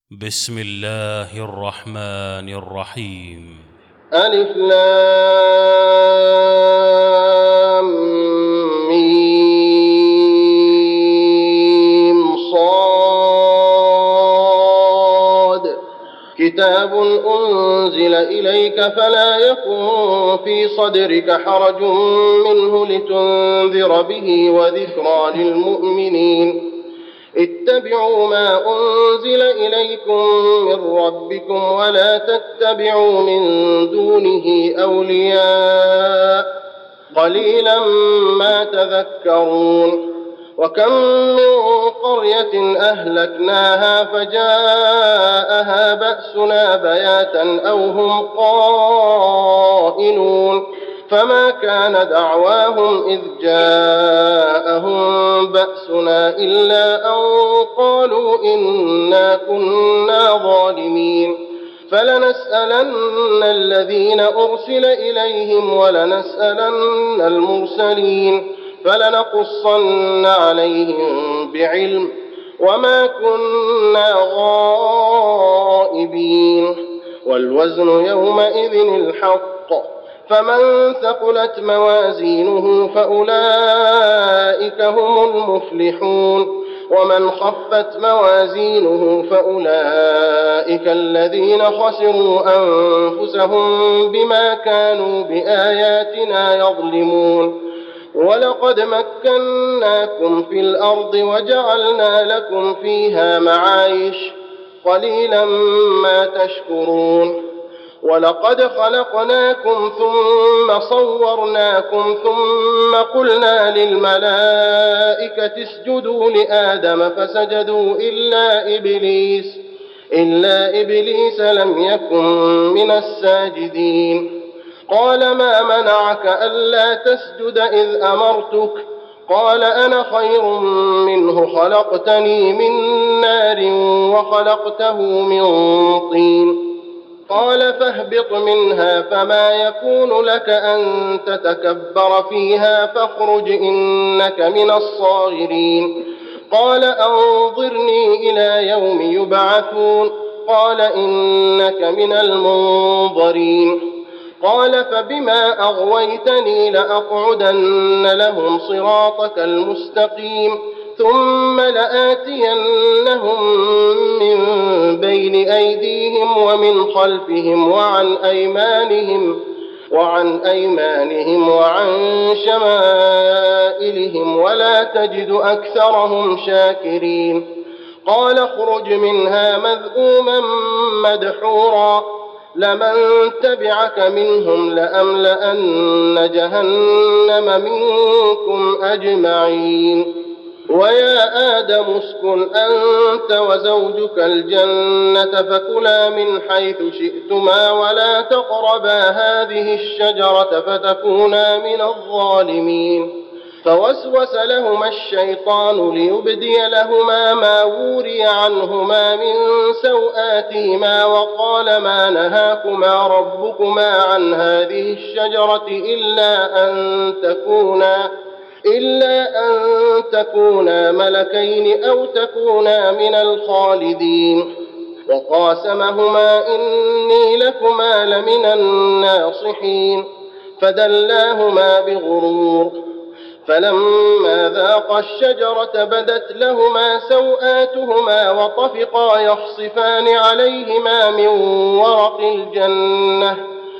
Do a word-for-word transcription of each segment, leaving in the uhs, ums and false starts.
بسم الله الرحمن الرحيم. ألف لام ميم صاد كتاب أنزل إليك فلا يكن في صدرك حرج منه لتنذر به وذكرى للمؤمنين. اتبعوا ما أنزل إليكم من ربكم ولا تتبعوا من دونه أولياء قليلا ما تذكرون. وكم من قرية أهلكناها فجاءها بأسنا بياتا أو هم قائلون فما كان دعواهم إذ جاءهم بأسنا إلا أن قالوا إنا كنا ظالمين. فلنسألن الذين أرسل إليهم ولنسألن المرسلين فلنقصن عليهم بعلم وما كنا غائبين. والوزن يومئذ الحق فمن ثقلت موازينه فأولئك هم المفلحون ومن خفت موازينه فأولئك الذين خسروا أنفسهم بما كانوا بآياتنا يظلمون. ولقد مكناكم في الأرض وجعلنا لكم فيها معايش قليلا ما تشكرون. ولقد خلقناكم ثم صورناكم ثم قلنا للملائكة اسجدوا لآدم فسجدوا إلا إبليس إلا إبليس لم يكن من الساجدين. قال ما منعك ألا تسجد إذ أمرتك؟ قال أنا خير منه خلقتني من نار وخلقته من طين. قال فاهبط منها فما يكون لك أن تتكبر فيها فاخرج إنك من الصاغرين. قال أنظرني إلى يوم يبعثون. قال إنك من المنظرين. قال فبما أغويتني لأقعدن لهم صراطك المستقيم ثم لآتينهم من بين أيديهم ومن خلفهم وعن أيمانهم وعن أيمانهم وعن شمائلهم ولا تجد أكثرهم شاكرين. قال اخرج منها مذءوما مدحورا لمن تبعك منهم لأملأن جهنم منكم أجمعين. ويا آدم اسكن أنت وزوجك الجنة فكلا من حيث شئتما ولا تقربا هذه الشجرة فتكونا من الظالمين. فوسوس لهما الشيطان ليبدي لهما ما وري عنهما من سوآتهما وقال ما نهاكما ربكما عن هذه الشجرة إلا أن تكونا إلا أن تكونا ملكين أو تكونا من الخالدين. وقاسمهما إني لكما لمن الناصحين فدلاهما بغرور. فلما ذاقا الشجرة بدت لهما سوآتهما وطفقا يخصفان عليهما من ورق الجنة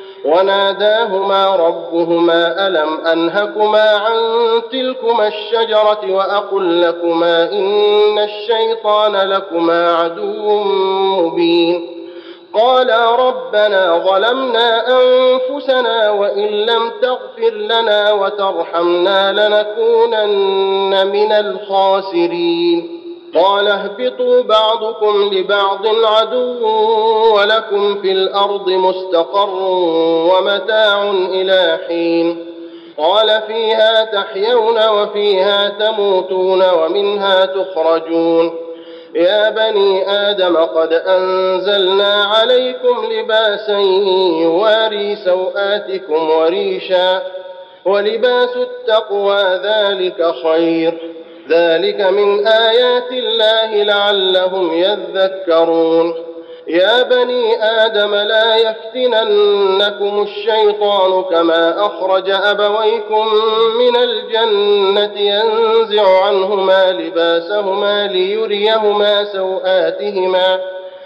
وناداهما ربهما ألم أنهكما عن تلكما الشجرة وأقل لكما إن الشيطان لكما عدو مبين. قالا ربنا ظلمنا أنفسنا وإن لم تغفر لنا وترحمنا لنكونن من الخاسرين. قال اهبطوا بعضكم لبعض عدو ولكم في الأرض مستقر ومتاع إلى حين. قال فيها تحيون وفيها تموتون ومنها تخرجون. يا بني آدم قد أنزلنا عليكم لباسا يواري سوآتكم وريشا ولباس التقوى ذلك خير ذلك من آيات الله لعلهم يذكرون يا بني آدم لا يفتننكم الشيطان كما أخرج أبويكم من الجنة ينزع عنهما لباسهما ليريهما سوآتهما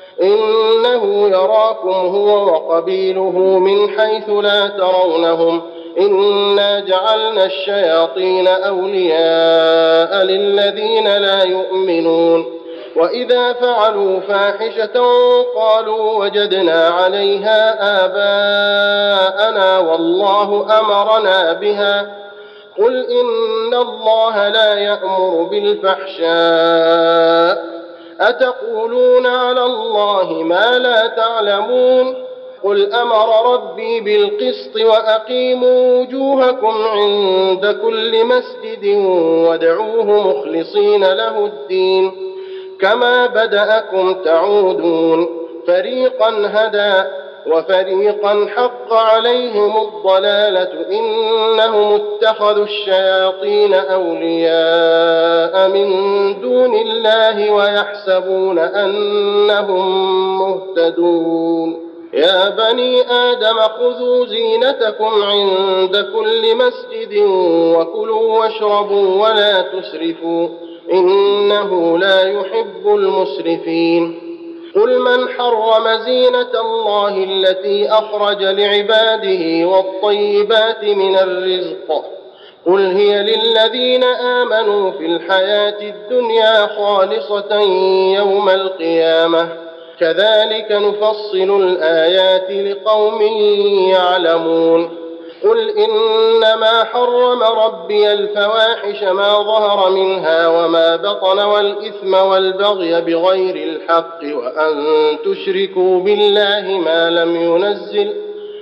إنه يراكم هو وقبيله من حيث لا ترونهم إنا جعلنا الشياطين أولياء للذين لا يؤمنون وإذا فعلوا فاحشة قالوا وجدنا عليها آباءنا والله أمرنا بها قل إن الله لا يأمر بالفحشاء أتقولون على الله ما لا تعلمون قل أمر ربي بالقسط وأقيموا وجوهكم عند كل مسجد وادعوه مخلصين له الدين كما بدأكم تعودون فريقا هدى وفريقا حق عليهم الضلالة إنهم اتخذوا الشياطين أولياء من دون الله ويحسبون أنهم مهتدون يا بني آدم خذوا زينتكم عند كل مسجد وكلوا واشربوا ولا تسرفوا إنه لا يحب المسرفين قل من حرم زينة الله التي أخرج لعباده والطيبات من الرزق قل هي للذين آمنوا في الحياة الدنيا خالصة يوم القيامة كذلك نفصل الآيات لقوم يعلمون قل إنما حرم ربي الفواحش ما ظهر منها وما بطن والإثم والبغي بغير الحق وأن تشركوا بالله ما لم ينزل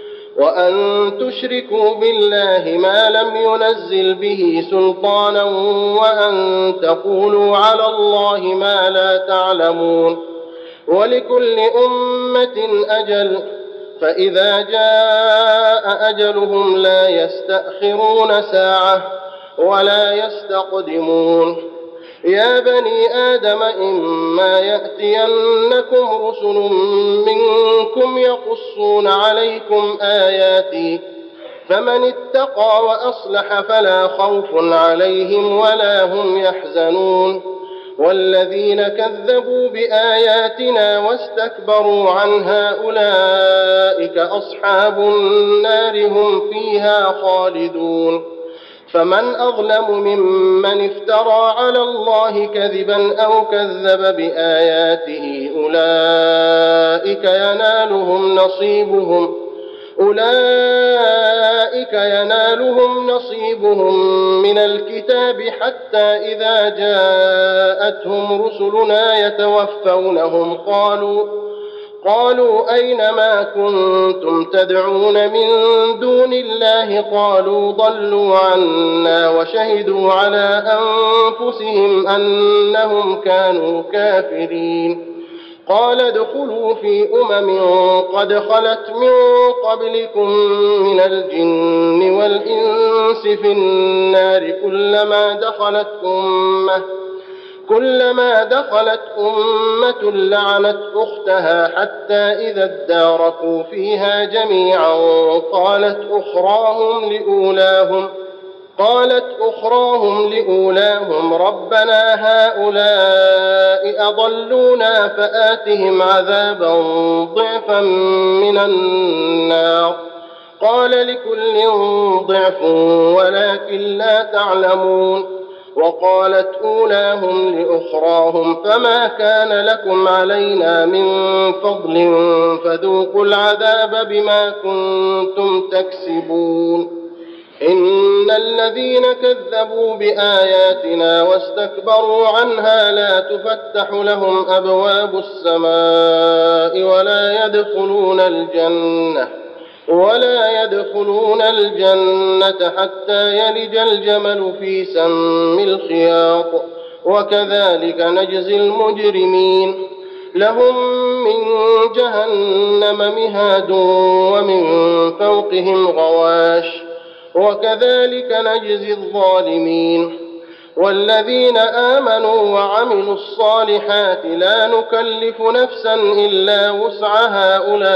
وأن تشركوا بالله ما لم ينزل به سلطانا وأن تقولوا على الله ما لا تعلمون ولكل أمة أجل فإذا جاء أجلهم لا يستأخرون ساعة ولا يستقدمون يا بني آدم إما يأتينكم رسل منكم يقصون عليكم آياتي فمن اتقى وأصلح فلا خوف عليهم ولا هم يحزنون والذين كذبوا بآياتنا واستكبروا عنها أولئك أصحاب النار هم فيها خالدون فمن أظلم ممن افترى على الله كذبا أو كذب بآياته أولئك ينالهم نصيبهم أولئك ينالهم نصيبهم من الكتاب حتى إذا جاءتهم رسلنا يتوفونهم قالوا قالوا أين ما كنتم تدعون من دون الله قالوا ضلوا عنا وشهدوا على أنفسهم أنهم كانوا كافرين قال ادخلوا في أمم قد خلت من قبلكم من الجن والإنس في النار كلما دخلت أمة كلما دخلت أمة لعنت أختها حتى إذا اداركوا فيها جميعا قالت أخراهم لأولاهم قالت أخراهم لأولاهم ربنا هؤلاء أضلونا فآتهم عذابا ضعفا من النار قال لكل ضعف ولكن لا تعلمون وقالت أولاهم لأخراهم فما كان لكم علينا من فضل فذوقوا العذاب بما كنتم تكسبون إن الذين كذبوا بآياتنا واستكبروا عنها لا تفتح لهم أبواب السماء ولا يدخلون الجنة ولا يدخلون الجنة حتى يلج الجمل في سم الخياط وكذلك نجزي المجرمين لهم من جهنم مهاد ومن فوقهم غواش وكذلك نجزي الظالمين والذين آمنوا وعملوا الصالحات لا نكلف نفسا إلا وسعها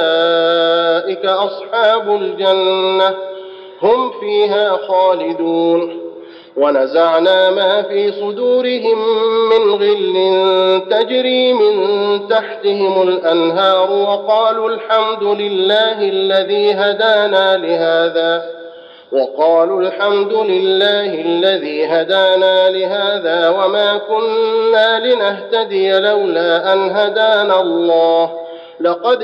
أولئك أصحاب الجنة هم فيها خالدون. ونزعنا ما في صدورهم من غل تجري من تحتهم الأنهار وقالوا الحمد لله الذي هدانا لهذا وقالوا الحمد لله الذي هدانا لهذا وما كنا لنهتدي لولا أن هدانا الله لقد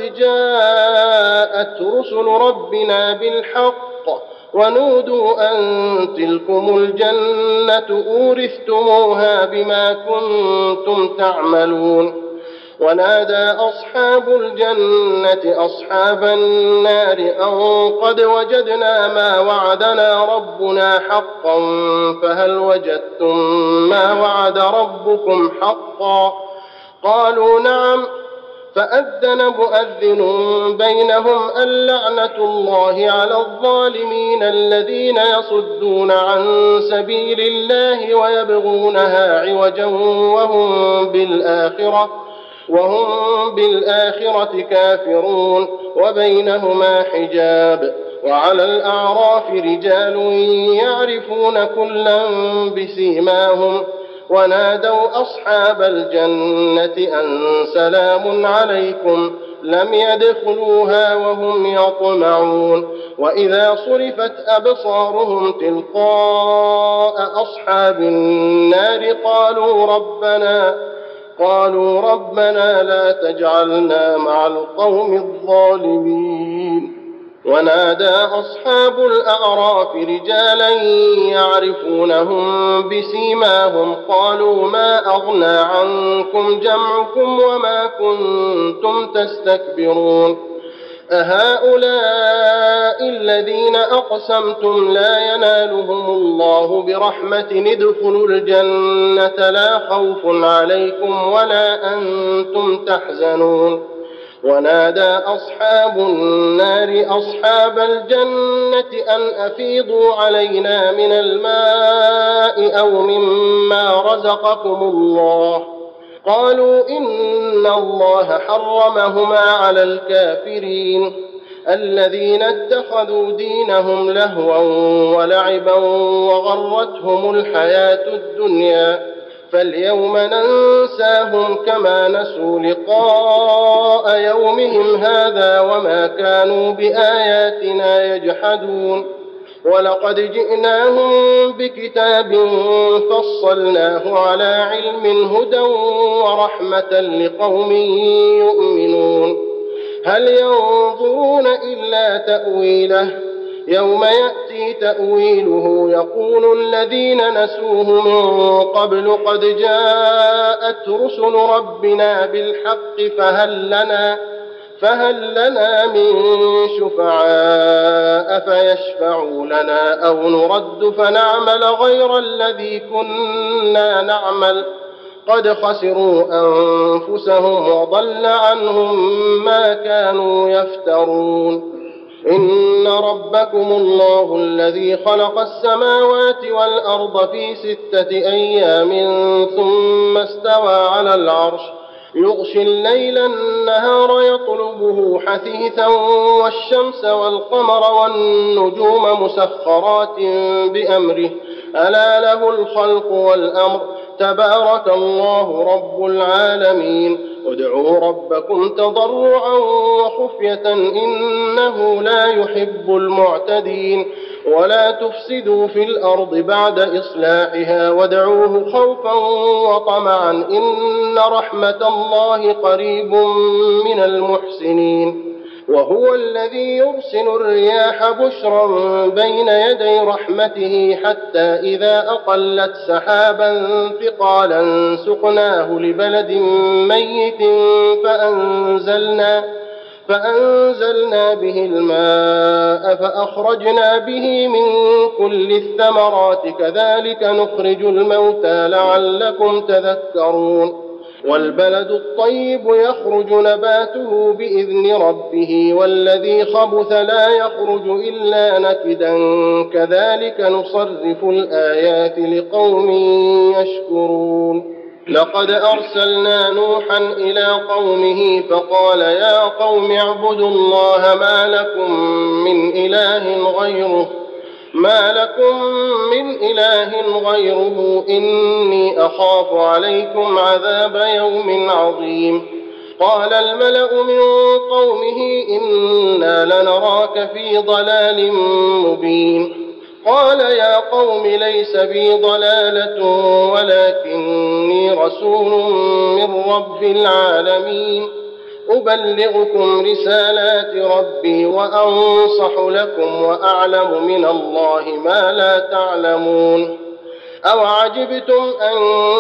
جاءت رسل ربنا بالحق ونودوا أن تلكم الجنة أورثتموها بما كنتم تعملون. ونادى أصحاب الجنة أصحاب النار أن قد وجدنا ما وعدنا ربنا حقا فهل وجدتم ما وعد ربكم حقا؟ قالوا نعم. فأذن مؤذن بينهم اللعنة الله على الظالمين الذين يصدون عن سبيل الله ويبغونها عوجا وهم بالآخرة وهم بالآخرة كافرون وبينهما حجاب. وعلى الأعراف رجال يعرفون كلا بسيماهم ونادوا أصحاب الجنة أن سلام عليكم لم يدخلوها وهم يطمعون. وإذا صرفت أبصارهم تلقاء أصحاب النار قالوا ربنا قالوا ربنا لا تجعلنا مع القوم الظالمين. ونادى أصحاب الأعراف رجالا يعرفونهم بسيماهم قالوا ما أغنى عنكم جمعكم وما كنتم تستكبرون أهؤلاء الذين أقسمتم لا ينالهم الله برحمة ادخلوا الجنة لا خوف عليكم ولا أنتم تحزنون. ونادى أصحاب النار أصحاب الجنة أن أفيضوا علينا من الماء أو مما رزقكم الله قالوا إن الله حرمهما على الكافرين الذين اتخذوا دينهم لهوا ولعبا وغرتهم الحياة الدنيا فاليوم ننساهم كما نسوا لقاء يومهم هذا وما كانوا بآياتنا يجحدون. ولقد جئناهم بكتاب فصلناه على علم هدى ورحمة لقوم يؤمنون. هل ينظرون إلا تأويله يوم يأتي تأويله يقول الذين نسوه من قبل قد جاءت رسل ربنا بالحق فهل لنا فهل لنا من شفعاء فيشفعوا لنا أو نرد فنعمل غير الذي كنا نعمل قد خسروا أنفسهم وضل عنهم ما كانوا يفترون. إن ربكم الله الذي خلق السماوات والأرض في ستة أيام ثم استوى على العرش يغشي الليل النهار يطلبه حثيثا والشمس والقمر والنجوم مسخرات بأمره ألا له الخلق والأمر تبارك الله رب العالمين. ادعوا ربكم تضرعا وخفية إنه لا يحب المعتدين. ولا تفسدوا في الأرض بعد إصلاحها وادعوه خوفا وطمعا إن رحمة الله قريب من المحسنين. وهو الذي يرسل الرياح بشرا بين يدي رحمته حتى إذا أقلت سحابا ثقالا سقناه لبلد ميت فأنزلنا, فأنزلنا به الماء فأخرجنا به من كل الثمرات كذلك نخرج الموتى لعلكم تذكرون. والبلد الطيب يخرج نباته بإذن ربه والذي خبث لا يخرج إلا نكدا كذلك نصرف الآيات لقوم يشكرون لقد أرسلنا نوحا إلى قومه فقال يا قوم اعبدوا الله ما لكم من إله غيره ما لكم من إله غيره إني أخاف عليكم عذاب يوم عظيم قال الملأ من قومه إنا لنراك في ضلال مبين قال يا قوم ليس بي ضلالة ولكني رسول من رب العالمين أبلغكم رسالات ربي وأنصح لكم وأعلم من الله ما لا تعلمون أوعجبتم أن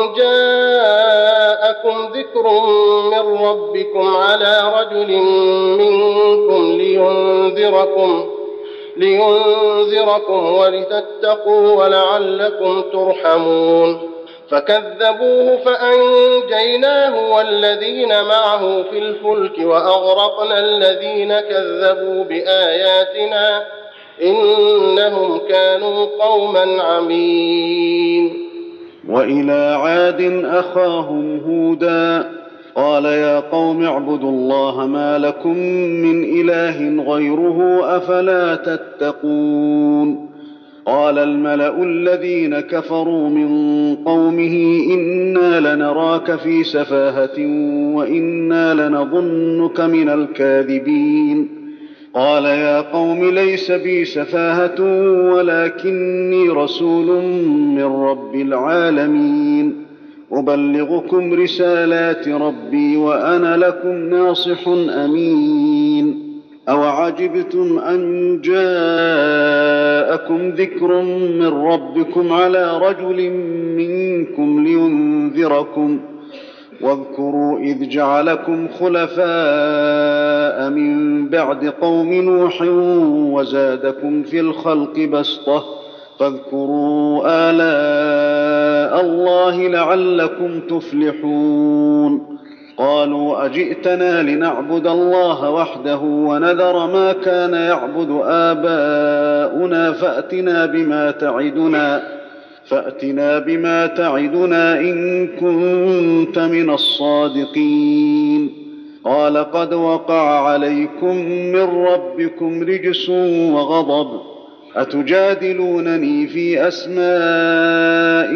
جاءكم ذكر من ربكم على رجل منكم لينذركم لينذركم ولتتقوا ولعلكم ترحمون فكذبوه فأنجيناه والذين معه في الفلك وأغرقنا الذين كذبوا بآياتنا إنهم كانوا قوما عمين. وإلى عاد أخاهم هودا قال يا قوم اعبدوا الله ما لكم من إله غيره أفلا تتقون قال الملأ الذين كفروا من قومه إنا لنراك في سفاهة وإنا لنظنك من الكاذبين قال يا قوم ليس بي سفاهة ولكني رسول من رب العالمين أبلغكم رسالات ربي وأنا لكم ناصح أمين أوعجبتم أن جاءكم ذكر من ربكم على رجل منكم لينذركم واذكروا إذ جعلكم خلفاء من بعد قوم نوح وزادكم في الخلق بسطة فاذكروا آلاء الله لعلكم تفلحون قالوا أجئتنا لنعبد الله وحده ونذر ما كان يعبد آباؤنا فأتنا بما تعدنا فأتنا بما تعدنا إن كنت من الصادقين قال قد وقع عليكم من ربكم رجس وغضب أتجادلونني في أسماء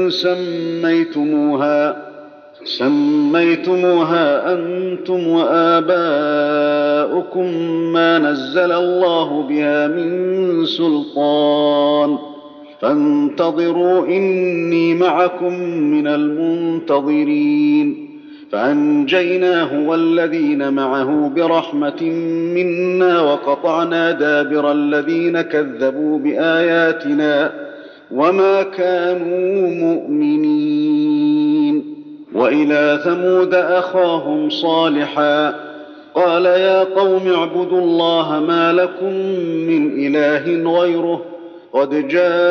سميتموها سميتموها أنتم وآباؤكم ما نزل الله بها من سلطان فانتظروا إني معكم من المنتظرين فأنجيناه والذين معه برحمة منا وقطعنا دابر الذين كذبوا بآياتنا وما كانوا مؤمنين وإلى ثمود أخاهم صالحا قال يا قوم اعبدوا الله ما لكم من إله غيره قد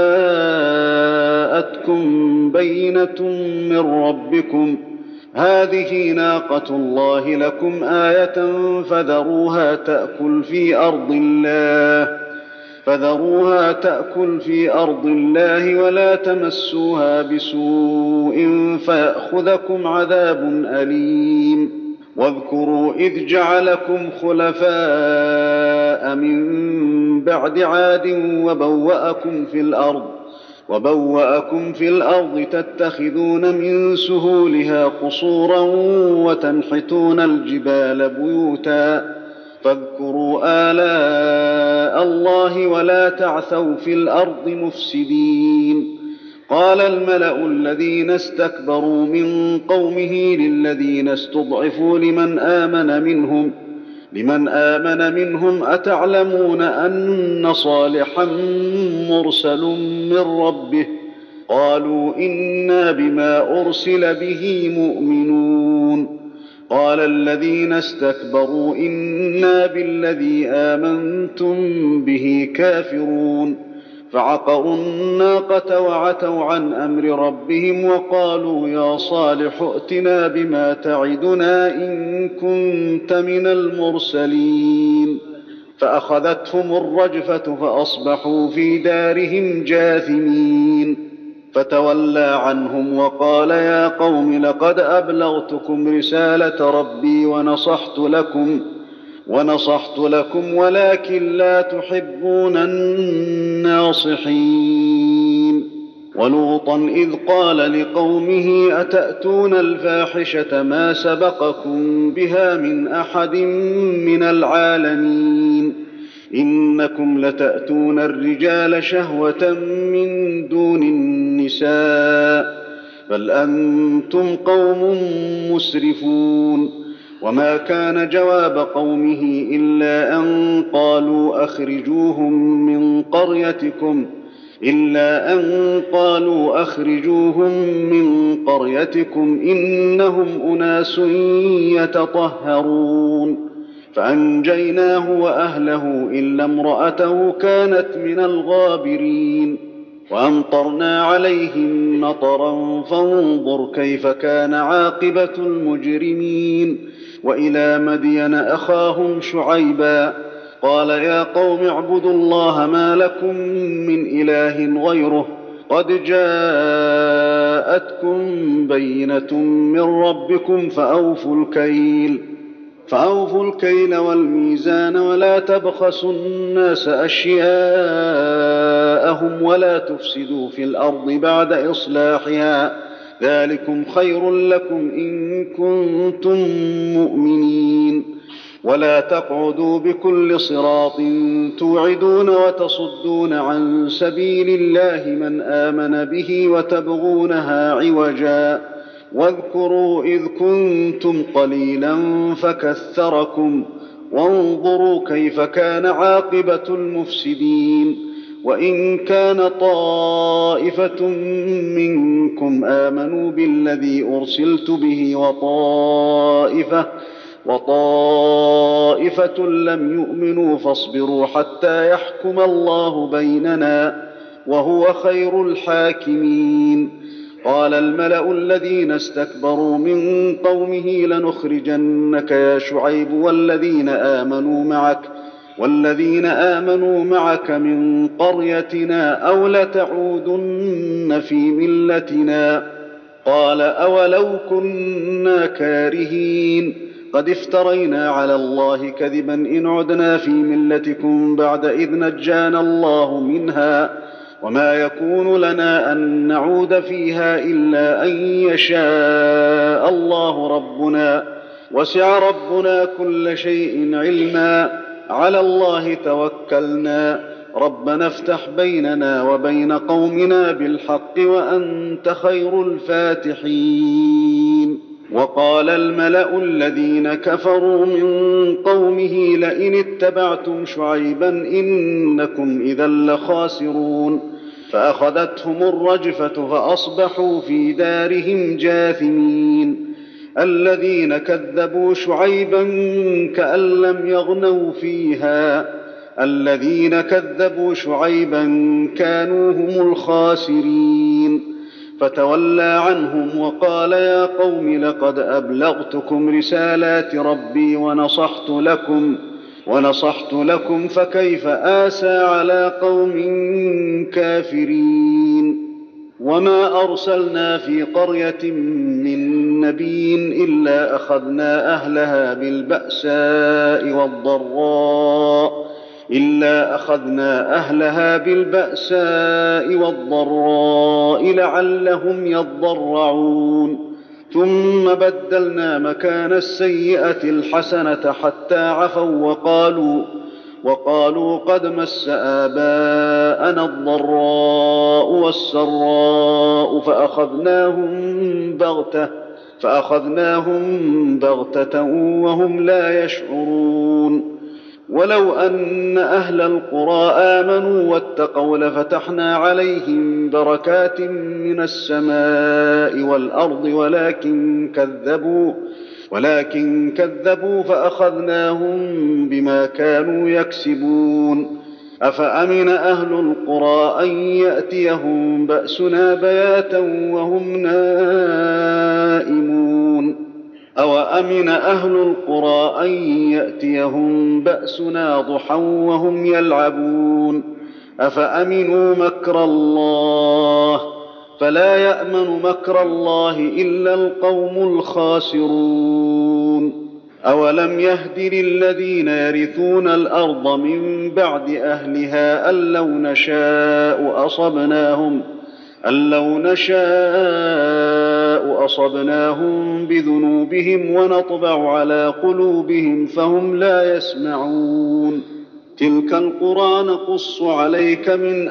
جاءتكم بينة من ربكم هذه ناقة الله لكم آية فذروها تأكل في أرض الله فذروها تأكل في أرض الله ولا تمسوها بسوء فيأخذكم عذاب أليم واذكروا إذ جعلكم خلفاء من بعد عاد وبوأكم في الأرض وبوأكم في الأرض تتخذون من سهولها قصورا وتنحتون الجبال بيوتا فاذكروا آلاء الله ولا تعثوا في الأرض مفسدين قال الملأ الذين استكبروا من قومه للذين استضعفوا لمن آمن منهم لمن آمن منهم أتعلمون أن صالحا مرسل من ربه قالوا إنا بما أرسل به مؤمنون قال الذين استكبروا إنا بالذي آمنتم به كافرون فعقروا الناقة وعتوا عن أمر ربهم وقالوا يا صالح ائتنا بما تعدنا إن كنت من المرسلين فأخذتهم الرجفة فأصبحوا في دارهم جاثمين فتولى عنهم وقال يا قوم لقد أبلغتكم رسالة ربي ونصحت لكم ونصحت لكم ولكن لا تحبون الناصحين ولوطا إذ قال لقومه أتأتون الفاحشة ما سبقكم بها من أحد من العالمين إنكم لتأتون الرجال شهوة من دون النساء بل أنتم قوم مسرفون وما كان جواب قومه إلا أن قالوا أخرجوهم من قريتكم إلا أن قالوا أخرجوهم من قريتكم إنهم أناس يتطهرون فأنجيناه وأهله إلا امرأته كانت من الغابرين وأمطرنا عليهم مطرا فانظر كيف كان عاقبة المجرمين وإلى مدين أخاهم شعيبا قال يا قوم اعبدوا الله ما لكم من إله غيره قد جاءتكم بينة من ربكم فأوفوا الكيل فأوفوا الكيل والميزان ولا تبخسوا الناس أشياءهم ولا تفسدوا في الأرض بعد إصلاحها ذلكم خير لكم إن كنتم مؤمنين ولا تقعدوا بكل صراط توعدون وتصدون عن سبيل الله من آمن به وتبغونها عوجا واذكروا إذ كنتم قليلا فكثركم وانظروا كيف كان عاقبة المفسدين وإن كان طائفة منكم آمنوا بالذي أرسلت به وطائفة وطائفة لم يؤمنوا فاصبروا حتى يحكم الله بيننا وهو خير الحاكمين قال الملأ الذين استكبروا من قومه لنخرجنك يا شعيب والذين آمنوا معك والذين آمنوا معك من قريتنا أو لتعودن في ملتنا قال أولو كنا كارهين قد افترينا على الله كذبا إن عدنا في ملتكم بعد إذ نجانا الله منها وما يكون لنا أن نعود فيها إلا أن يشاء الله ربنا وسع ربنا كل شيء علما على الله توكلنا ربنا افتح بيننا وبين قومنا بالحق وأنت خير الفاتحين وقال الملأ الذين كفروا من قومه لئن اتبعتم شعيبا إنكم إذا لخاسرون فأخذتهم الرجفة فأصبحوا في دارهم جاثمين الذين كذبوا شعيبا كأن لم يغنوا فيها الذين كذبوا شعيبا كانوا هم الخاسرين فتولى عنهم وقال يا قوم لقد أبلغتكم رسالات ربي ونصحت لكم ونصحت لكم فكيف آسى على قوم كافرين وما أرسلنا في قرية من نبي إلا أخذنا أهلها بالبأساء والضراء إلا أخذنا أهلها بالبأساء والضراء لعلهم يضرعون ثم بدلنا مكان السيئة الحسنة حتى عفوا وقالوا وقالوا قد مس آباءنا الضراء والسراء فأخذناهم بغتة فأخذناهم بغتة وهم لا يشعرون ولو أن أهل القرى آمنوا واتقوا لفتحنا عليهم بركات من السماء والأرض ولكن كذبوا ولكن كذبوا فأخذناهم بما كانوا يكسبون أفأمن أهل القرى أن يأتيهم بأسنا بياتا وهم نائمون أوأمن أهل القرى أن يأتيهم بأسنا ضحى وهم يلعبون أفأمنوا مكر الله فلا يأمن مكر الله إلا القوم الخاسرون أولم يهد للذين يرثون الأرض من بعد أهلها أن لو نشاء أصبناهم أن لو نشاء أصبناهم بذنوبهم ونطبع على قلوبهم فهم لا يسمعون تلك القرى نقص عليك من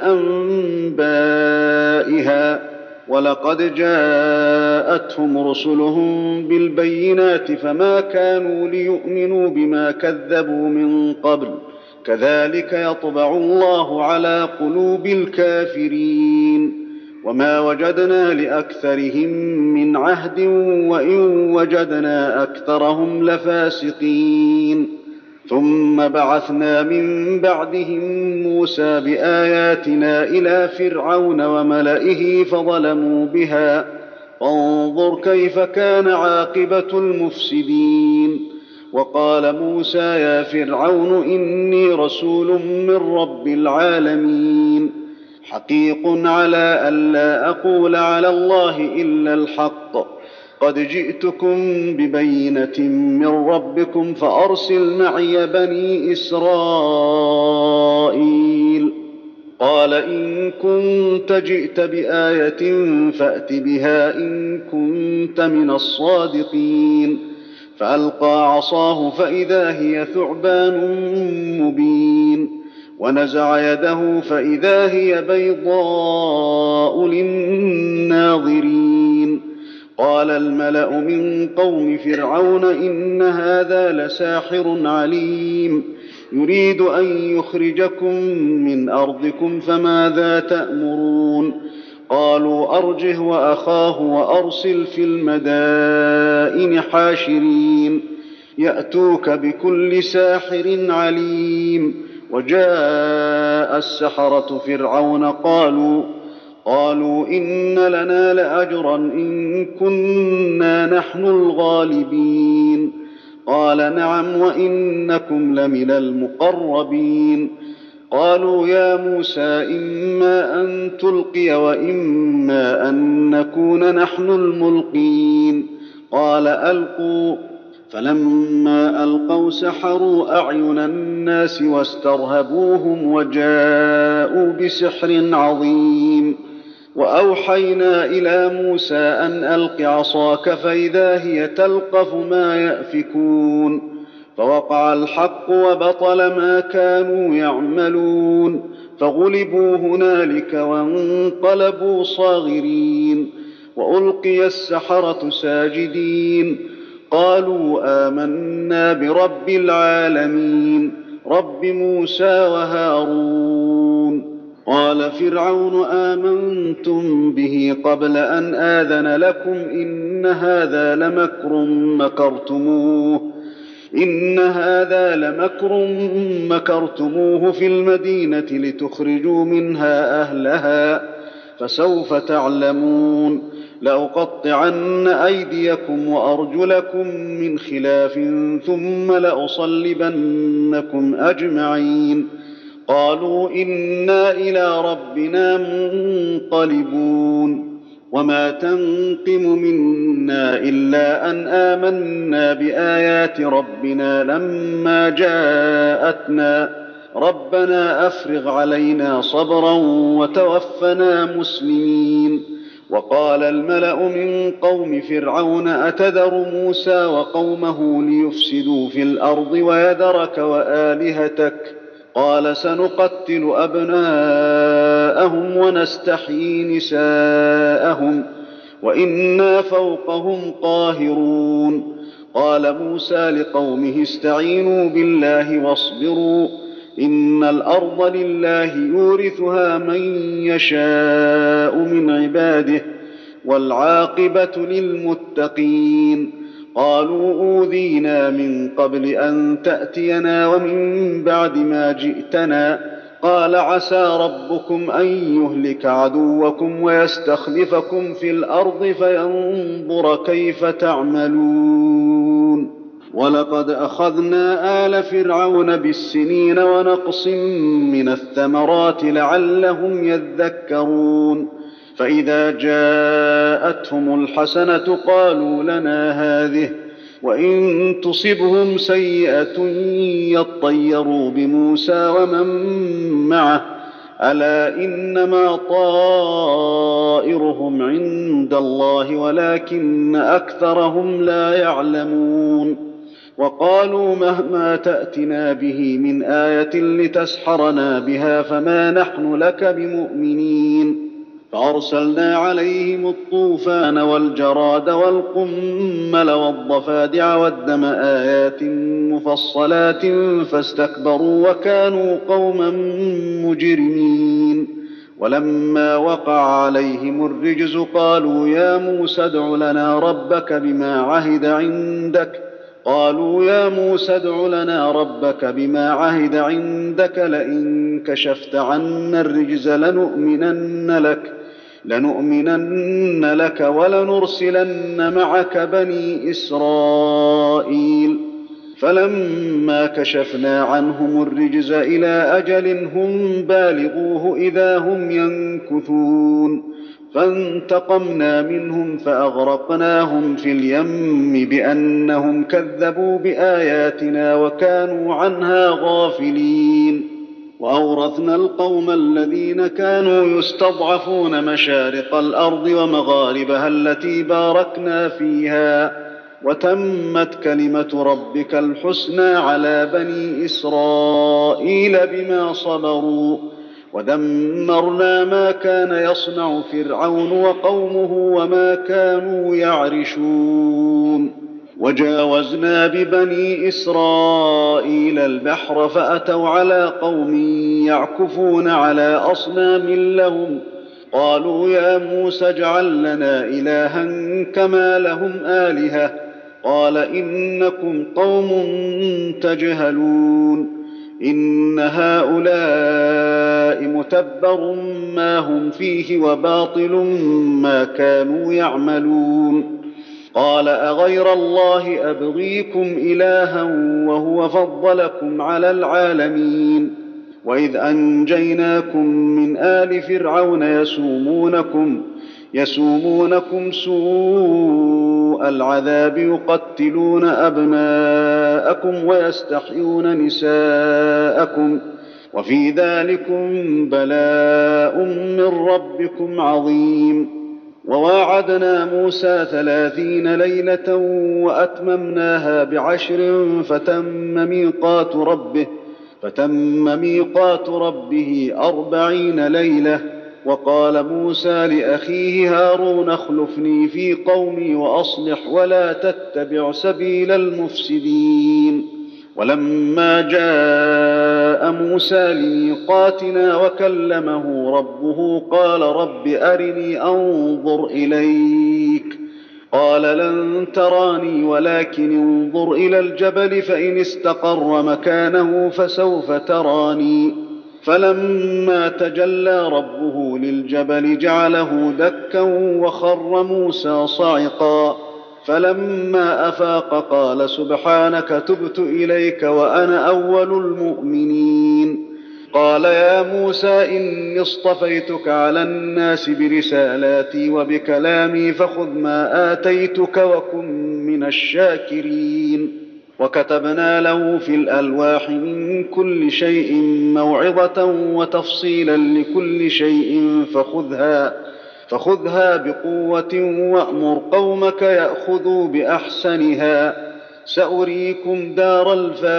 أنبائها ولقد جاءتهم رسلهم بالبينات فما كانوا ليؤمنوا بما كذبوا من قبل كذلك يطبع الله على قلوب الكافرين وما وجدنا لأكثرهم من عهد وإن وجدنا أكثرهم لفاسقين ثم بعثنا من بعدهم موسى بآياتنا إلى فرعون وملئه فظلموا بها فانظر كيف كان عاقبة المفسدين وقال موسى يا فرعون إني رسول من رب العالمين حقيق على ألا أقول على الله إلا الحق قد جئتكم ببينة من ربكم فأرسل معي بني إسرائيل قال إن كنت جئت بآية فأت بها إن كنت من الصادقين فألقى عصاه فإذا هي ثعبان مبين ونزع يده فإذا هي بيضاء للناظرين قال الملأ من قوم فرعون إن هذا لساحر عليم يريد أن يخرجكم من أرضكم فماذا تأمرون قالوا أرجه وأخاه وأرسل في المدائن حاشرين يأتوك بكل ساحر عليم وجاء السحرة فرعون قالوا قالوا إن لنا لأجرا إن كنا نحن الغالبين قال نعم وإنكم لمن المقربين قالوا يا موسى إما أن تلقي وإما أن نكون نحن الملقين قال ألقوا فلما ألقوا سحروا أعين الناس واسترهبوهم وجاءوا بسحر عظيم وأوحينا إلى موسى أن ألق عصاك فإذا هي تلقف ما يأفكون فوقع الحق وبطل ما كانوا يعملون فغلبوا هنالك وانقلبوا صاغرين وألقي السحرة ساجدين قالوا آمنا برب العالمين رب موسى وهارون قال فرعون آمنتم به قبل أن آذن لكم إن هذا لمكر مكرتموه إن هذا لمكر مكرتموه في المدينة لتخرجوا منها أهلها فسوف تعلمون لأقطعن أيديكم وأرجلكم من خلاف ثم لأصلبنكم أجمعين قالوا إنا إلى ربنا منقلبون وما تنقم منا إلا أن آمنا بآيات ربنا لما جاءتنا ربنا أفرغ علينا صبرا وتوفنا مسلمين وقال الملأ من قوم فرعون أتذر موسى وقومه ليفسدوا في الأرض ويذرك وآلهتك قال سنقتل أبناءهم ونستحيي نساءهم وإنا فوقهم قاهرون قال موسى لقومه استعينوا بالله واصبروا إن الأرض لله يورثها من يشاء من عباده والعاقبة للمتقين قالوا أوذينا من قبل أن تأتينا ومن بعد ما جئتنا قال عسى ربكم أن يهلك عدوكم ويستخلفكم في الأرض فينظر كيف تعملون ولقد أخذنا آل فرعون بالسنين ونقص من الثمرات لعلهم يذكرون فإذا جاءتهم الحسنة قالوا لنا هذه وإن تصبهم سيئة يطيروا بموسى ومن معه ألا إنما طائرهم عند الله ولكن أكثرهم لا يعلمون وقالوا مهما تأتنا به من آية لتسحرنا بها فما نحن لك بمؤمنين فأرسلنا عليهم الطوفان والجراد والقمل والضفادع والدم آيات مفصلات فاستكبروا وكانوا قوما مجرمين ولما وقع عليهم الرجز قالوا يا موسى ادع لنا ربك بما عهد عندك قالوا يا موسى ادع لنا ربك بما عهد عندك لئن كشفت عنا الرجز لنؤمنن لك لنؤمنن لك ولنرسلن معك بني إسرائيل فلما كشفنا عنهم الرجز إلى أجل هم بالغوه إذا هم ينكثون فانتقمنا منهم فأغرقناهم في اليم بأنهم كذبوا بآياتنا وكانوا عنها غافلين وأورثنا القوم الذين كانوا يستضعفون مشارق الأرض ومغاربها التي باركنا فيها وتمت كلمة ربك الحسنى على بني إسرائيل بما صبروا ودمرنا ما كان يصنع فرعون وقومه وما كانوا يعرشون وجاوزنا ببني إسرائيل البحر فأتوا على قوم يعكفون على أصنام لهم قالوا يا موسى اجعل لنا إلها كما لهم آلهة قال إنكم قوم تجهلون إن هؤلاء متبر ما هم فيه وباطل ما كانوا يعملون قال أغير الله أبغيكم إلها وهو فضلكم على العالمين وإذ أنجيناكم من آل فرعون يسومونكم يسومونكم سوء العذاب يقتلون أبناءكم ويستحيون نساءكم وفي ذلكم بلاء من ربكم عظيم وواعدنا موسى ثلاثين ليلة وأتممناها بعشر فتم ميقات ربه فتم ميقات ربه أربعين ليلة وقال موسى لأخيه هارون اخلفني في قومي وأصلح ولا تتبع سبيل المفسدين ولما جاء موسى لميقاتنا وكلمه ربه قال رب أرني أنظر إليك قال لن تراني ولكن انظر إلى الجبل فإن استقر مكانه فسوف تراني فلما تجلى ربه للجبل جعله دكا وخر موسى صعقا فلما أفاق قال سبحانك تبت إليك وأنا أول المؤمنين قال يا موسى إني اصطفيتك على الناس برسالاتي وبكلامي فخذ ما آتيتك وكن من الشاكرين وكتبنا له في الألواح من كل شيء موعظة وتفصيلا لكل شيء فخذها فخذها بقوة وأمر قومك يأخذوا بأحسنها سأريكم دار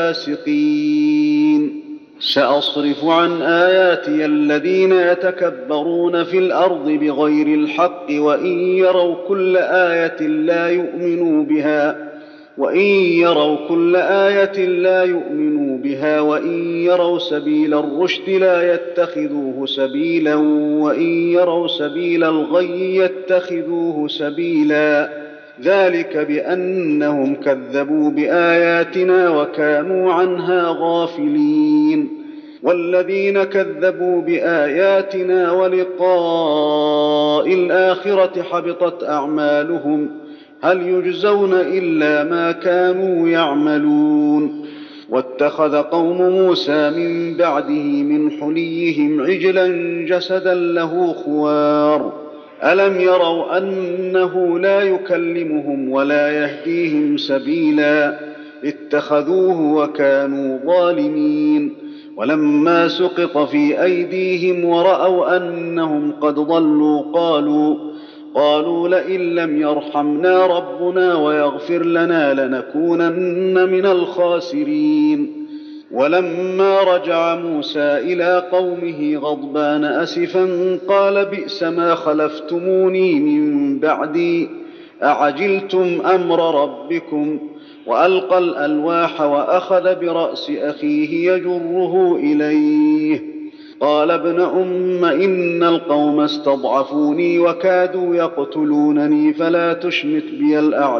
الفاسقين سأصرف عن آياتي الذين يتكبرون في الأرض بغير الحق وإن يروا كل آية لا يؤمنوا بها وإن يروا كل آية لا يؤمنوا بها وإن يروا سبيل الرشد لا يتخذوه سبيلا وإن يروا سبيل الغي يتخذوه سبيلا ذلك بأنهم كذبوا بآياتنا وكانوا عنها غافلين والذين كذبوا بآياتنا ولقاء الآخرة حبطت أعمالهم هل يجزون إلا ما كانوا يعملون. واتخذ قوم موسى من بعده من حليهم عجلا جسدا له خوار ألم يروا أنه لا يكلمهم ولا يهديهم سبيلا اتخذوه وكانوا ظالمين. ولما سقط في أيديهم ورأوا أنهم قد ضلوا قالوا قالوا لئن لم يرحمنا ربنا ويغفر لنا لنكونن من الخاسرين. ولما رجع موسى إلى قومه غضبان أسفا قال بئس ما خلفتموني من بعدي أعجلتم أمر ربكم وألقى الألواح وأخذ برأس أخيه يجره إليه قال ابن أم إن القوم استضعفوني وكادوا يقتلونني فلا تشمت بي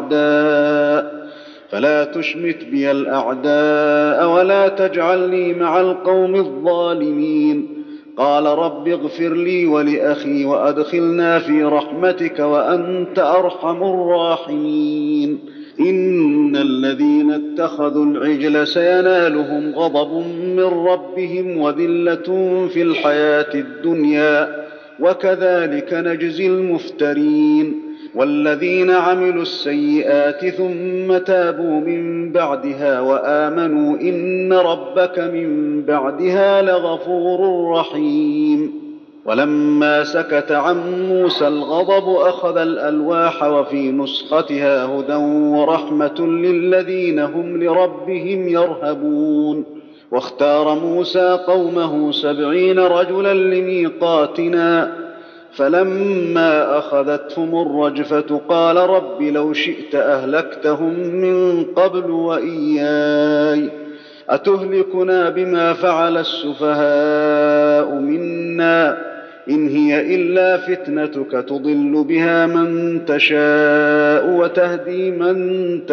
الأعداء فلا تشمت بي الأعداء ولا تجعلني مع القوم الظالمين. قال رب اغفر لي ولأخي وأدخلنا في رحمتك وأنت أرحم الراحمين. إن الذين اتخذوا العجل سينالهم غضب من ربهم وذلة في الحياة الدنيا وكذلك نجزي المفترين. والذين عملوا السيئات ثم تابوا من بعدها وآمنوا إن ربك من بعدها لغفور رحيم. ولما سكت عن موسى الغضب أخذ الألواح وفي نسختها هدى ورحمة للذين هم لربهم يرهبون. واختار موسى قومه سبعين رجلا لميقاتنا فلما أخذتهم الرجفة قال رب لو شئت أهلكتهم من قبل وإياي أتهلكنا بما فعل السفهاء منا إن هي إلا فتنتك تضل بها من تشاء وتهدي من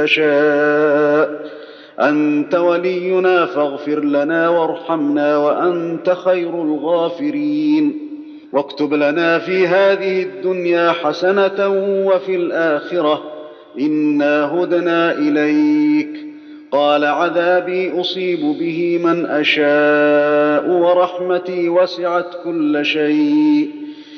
تشاء أنت ولينا فاغفر لنا وارحمنا وأنت خير الغافرين. واكتب لنا في هذه الدنيا حسنة وفي الآخرة إنا هدنا إليك. قال عذابي أصيب به من أشاء ورحمتي وسعت كل شيء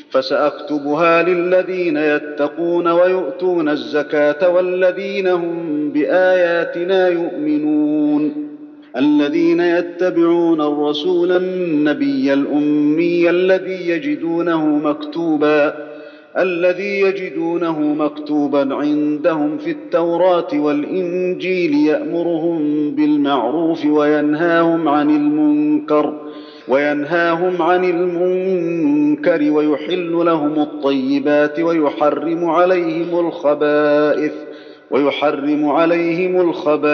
فسأكتبها للذين يتقون ويؤتون الزكاة والذين هم بآياتنا يؤمنون. الذين يتبعون الرسول النبي الأمي الذي يجدونه مكتوبا الذي يجدونه مكتوبا عندهم في التوراة والإنجيل يأمرهم بالمعروف وينهاهم عن المنكر وينهاهم عن المنكر ويحل لهم الطيبات ويحرم عليهم الخبائث ويحرم عليهم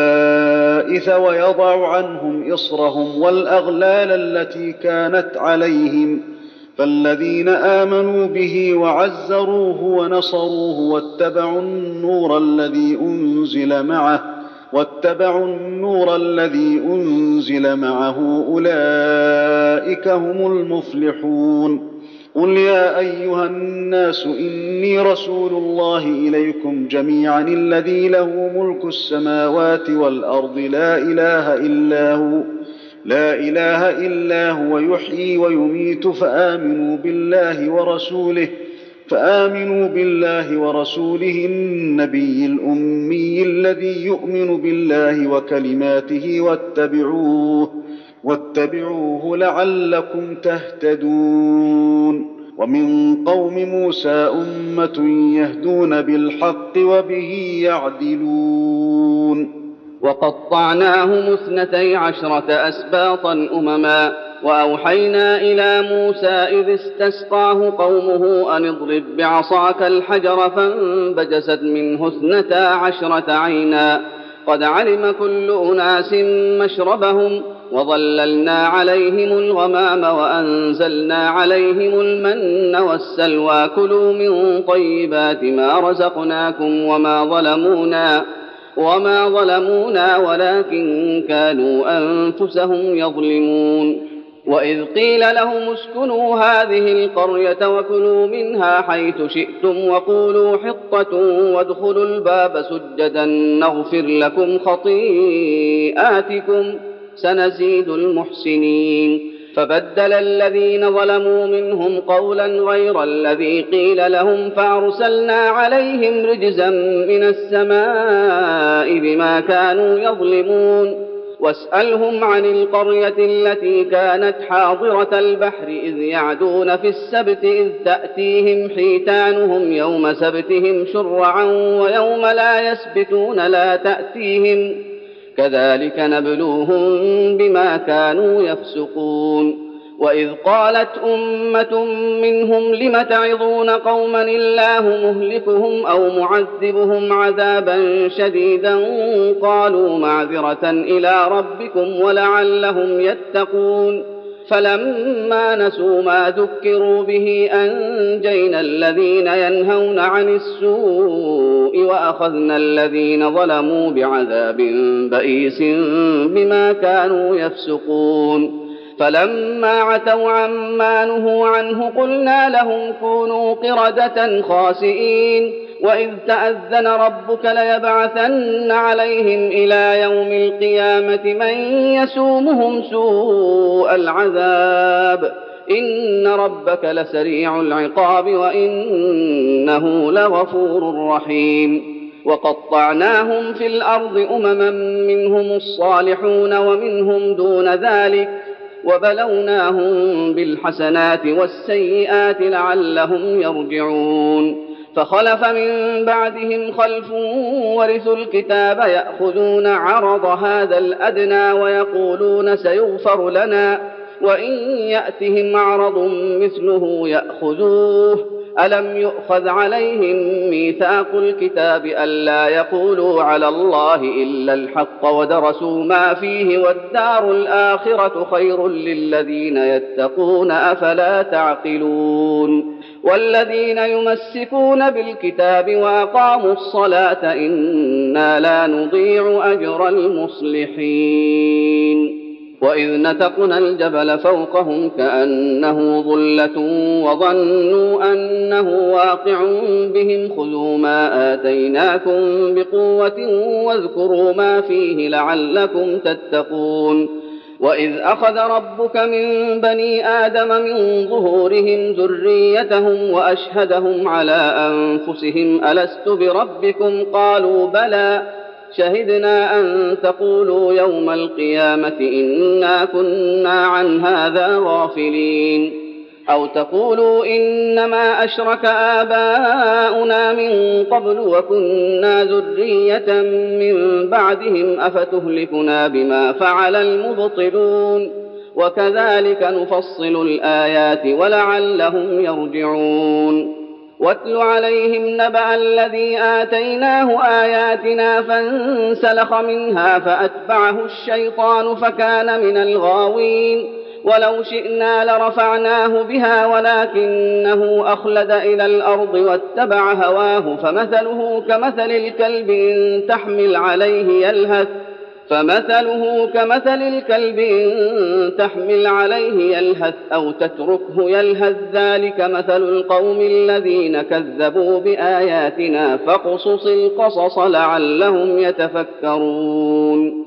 الخبائث ويضع عنهم إصرهم والأغلال التي كانت عليهم. فالذين آمنوا به وعزروه ونصروه واتبعوا النور الذي أنزل معه واتبعوا النور الذي أنزل معه أولئك هم المفلحون. قل يا أيها الناس إني رسول الله إليكم جميعا الذي له ملك السماوات والأرض لا إله إلا هو لا إله إلا هو يحيي ويميت فآمنوا بالله ورسوله فآمنوا بالله ورسوله النبي الأمي الذي يؤمن بالله وكلماته واتبعوه واتبعوه لعلكم تهتدون. ومن قوم موسى أمة يهدون بالحق وبه يعدلون. وقطعناهم اثنتي عشرة أسباطا أمما وأوحينا إلى موسى إذ استسقاه قومه أن اضرب بعصاك الحجر فانبجست منه اثنتا عشرة عينا قد علم كل أناس مشربهم وظللنا عليهم الغمام وأنزلنا عليهم المن والسلوى كلوا من طيبات ما رزقناكم وما ظلمونا وما ظلمونا ولكن كانوا أنفسهم يظلمون. وإذ قيل لهم اسكنوا هذه القرية وكلوا منها حيث شئتم وقولوا حطة وادخلوا الباب سجدا نغفر لكم خطيئاتكم سنزيد المحسنين فبدل الذين ظلموا منهم قولا غير الذي قيل لهم فأرسلنا عليهم رجزا من السماء بما كانوا يظلمون واسألهم عن القرية التي كانت حاضرة البحر إذ يعدون في السبت إذ تأتيهم حيتانهم يوم سبتهم شرعا ويوم لا يسبتون لا تأتيهم كذلك نبلوهم بما كانوا يفسقون وإذ قالت أمة منهم لم تعظون قوما الله مهلكهم أو معذبهم عذابا شديدا قالوا معذرة إلى ربكم ولعلهم يتقون فلما نسوا ما ذكروا به أنجينا الذين ينهون عن السوء وأخذنا الذين ظلموا بعذاب بئيس بما كانوا يفسقون فلما عتوا عما نهوا عنه قلنا لهم كونوا قردة خاسئين وإذ تأذن ربك ليبعثن عليهم إلى يوم القيامة من يسومهم سوء العذاب إن ربك لسريع العقاب وإنه لغفور رحيم وقطعناهم في الأرض أمما منهم الصالحون ومنهم دون ذلك وبلوناهم بالحسنات والسيئات لعلهم يرجعون فخلف من بعدهم خلف ورثوا الكتاب يأخذون عرض هذا الأدنى ويقولون سيغفر لنا وإن يأتهم عرض مثله يأخذوه ألم يؤخذ عليهم ميثاق الكتاب ألا يقولوا على الله إلا الحق ودرسوا ما فيه والدار الآخرة خير للذين يتقون أفلا تعقلون والذين يمسكون بالكتاب وأقاموا الصلاة إنا لا نضيع أجر المصلحين وإذ نتقنا الجبل فوقهم كأنه ظلة وظنوا أنه واقع بهم خذوا ما آتيناكم بقوة واذكروا ما فيه لعلكم تتقون وإذ أخذ ربك من بني آدم من ظهورهم ذريتهم وأشهدهم على أنفسهم ألست بربكم قالوا بلى شهدنا أن تقولوا يوم القيامة إنا كنا عن هذا غافلين أو تقولوا إنما أشرك آباؤنا من قبل وكنا ذرية من بعدهم أفتهلكنا بما فعل المبطلون وكذلك نفصل الآيات ولعلهم يرجعون واتل عليهم نبأ الذي آتيناه آياتنا فانسلخ منها فأتبعه الشيطان فكان من الغاوين ولو شئنا لرفعناه بها ولكنه أخلد إلى الأرض واتبع هواه فمثله كمثل الكلب إن تحمل عليه يلهث فمثله كمثل الكلب إن تحمل عليه يلهث أو تتركه يلهث ذلك مثل القوم الذين كذبوا بآياتنا فاقصص القصص لعلهم يتفكرون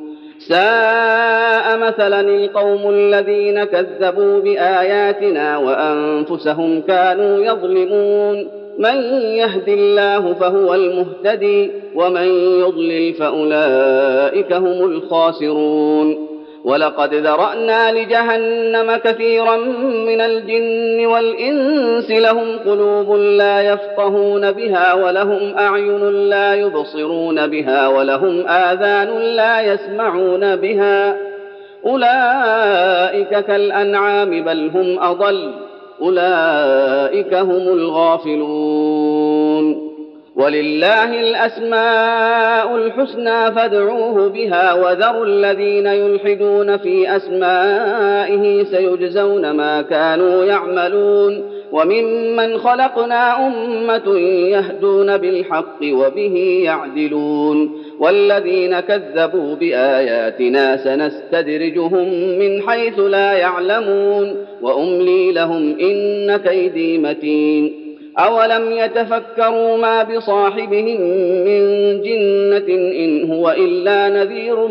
ساء مثلا القوم الذين كذبوا بآياتنا وأنفسهم كانوا يظلمون من يهد الله فهو المهتدي ومن يضلل فأولئك هم الخاسرون ولقد ذرأنا لجهنم كثيرا من الجن والإنس لهم قلوب لا يفقهون بها ولهم أعين لا يبصرون بها ولهم آذان لا يسمعون بها أولئك كالأنعام بل هم أضل أولئك هم الغافلون ولله الأسماء الحسنى فادعوه بها وذروا الذين يلحدون في أسمائه سيجزون ما كانوا يعملون وممن خلقنا أمة يهدون بالحق وبه يعدلون والذين كذبوا بآياتنا سنستدرجهم من حيث لا يعلمون وأملي لهم إن كيدي متين أولم يتفكروا ما بصاحبهم من جنة إن هو إلا نذير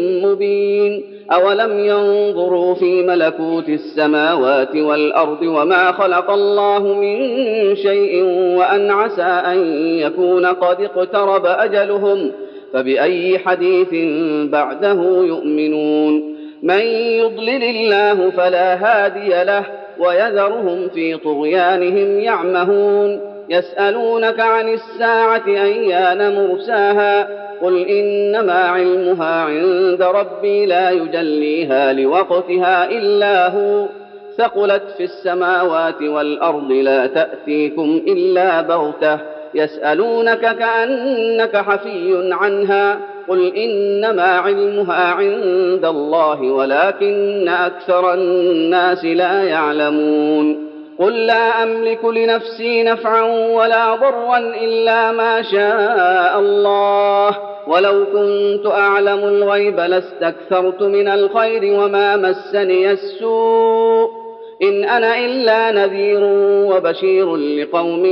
مبين أولم ينظروا في ملكوت السماوات والأرض وما خلق الله من شيء وأن عسى أن يكون قد اقترب أجلهم فبأي حديث بعده يؤمنون من يضلل الله فلا هادي له ويذرهم في طغيانهم يعمهون يسألونك عن الساعة أيان مرساها قل إنما علمها عند ربي لا يجليها لوقتها إلا هو ثقلت في السماوات والأرض لا تأتيكم إلا بغتة يسألونك كأنك حفي عنها قل إنما علمها عند الله ولكن أكثر الناس لا يعلمون قل لا أملك لنفسي نفعا ولا ضرا إلا ما شاء الله ولو كنت أعلم الغيب لاستكثرت من الخير وما مسني السوء إن أنا إلا نذير وبشير لقوم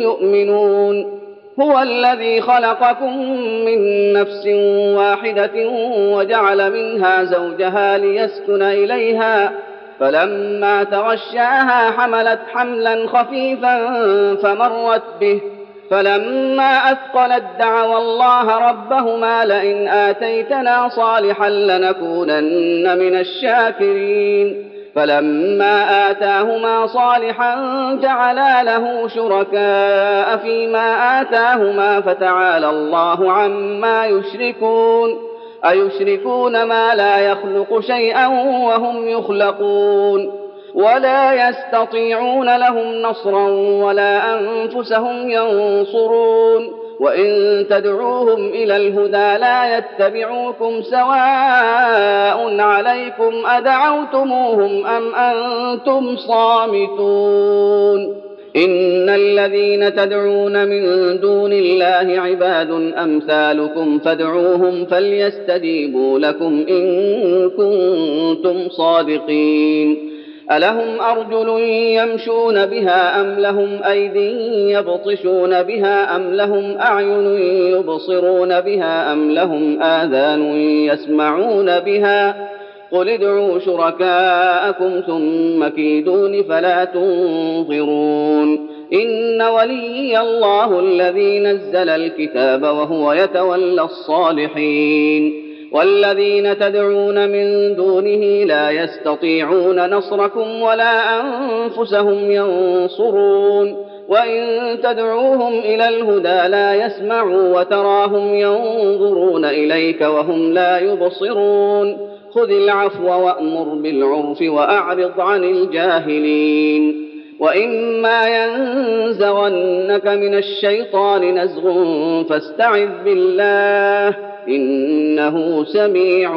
يؤمنون هو الذي خلقكم من نفس واحدة وجعل منها زوجها ليسكن إليها فلما تغشاها حملت حملا خفيفا فمرت به فلما أثقلت دعوا الله ربهما لئن آتيتنا صالحا لنكونن من الشاكرين فلما آتاهما صالحا جعلا له شركاء فيما آتاهما فتعالى الله عما يشركون أيشركون ما لا يخلق شيئا وهم يخلقون ولا يستطيعون لهم نصرا ولا أنفسهم ينصرون وإن تدعوهم إلى الهدى لا يتبعوكم سواء عليكم أدعوتموهم أم أنتم صامتون إن الذين تدعون من دون الله عباد أمثالكم فادعوهم فليستجيبوا لكم إن كنتم صادقين ألهم أرجل يمشون بها أم لهم أيدي يبطشون بها أم لهم أعين يبصرون بها أم لهم آذان يسمعون بها قل ادعوا شركاءكم ثم كيدون فلا تنظرون إن وليي الله الذي نزل الكتاب وهو يتولى الصالحين والذين تدعون من دونه لا يستطيعون نصركم ولا أنفسهم ينصرون وإن تدعوهم إلى الهدى لا يسمعوا وتراهم ينظرون إليك وهم لا يبصرون خذ العفو وأمر بالعرف وأعرض عن الجاهلين وإما ينزغنك من الشيطان نزغ فاستعذ بالله إنه سميع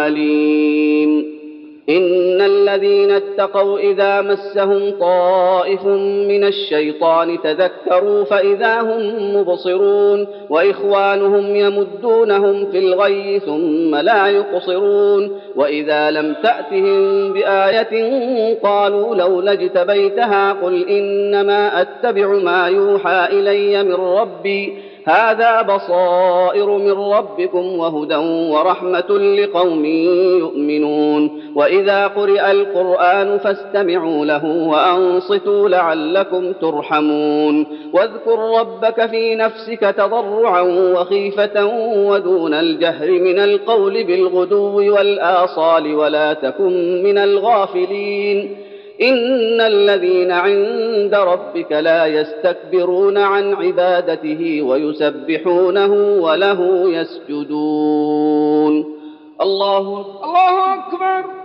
عليم إن الذين اتقوا إذا مسهم طائف من الشيطان تذكروا فإذا هم مبصرون وإخوانهم يمدونهم في الغي ثم لا يقصرون وإذا لم تأتهم بآية قالوا لولا اجتبيتها قل إنما أتبع ما يوحى إلي من ربي هذا بصائر من ربكم وهدى ورحمة لقوم يؤمنون وإذا قرئ القرآن فاستمعوا له وأنصتوا لعلكم ترحمون واذكر ربك في نفسك تضرعا وخيفة ودون الجهر من القول بالغدو والآصال ولا تكن من الغافلين إن الذين عند ربك لا يستكبرون عن عبادته ويسبحونه وله يسجدون الله الله أكبر.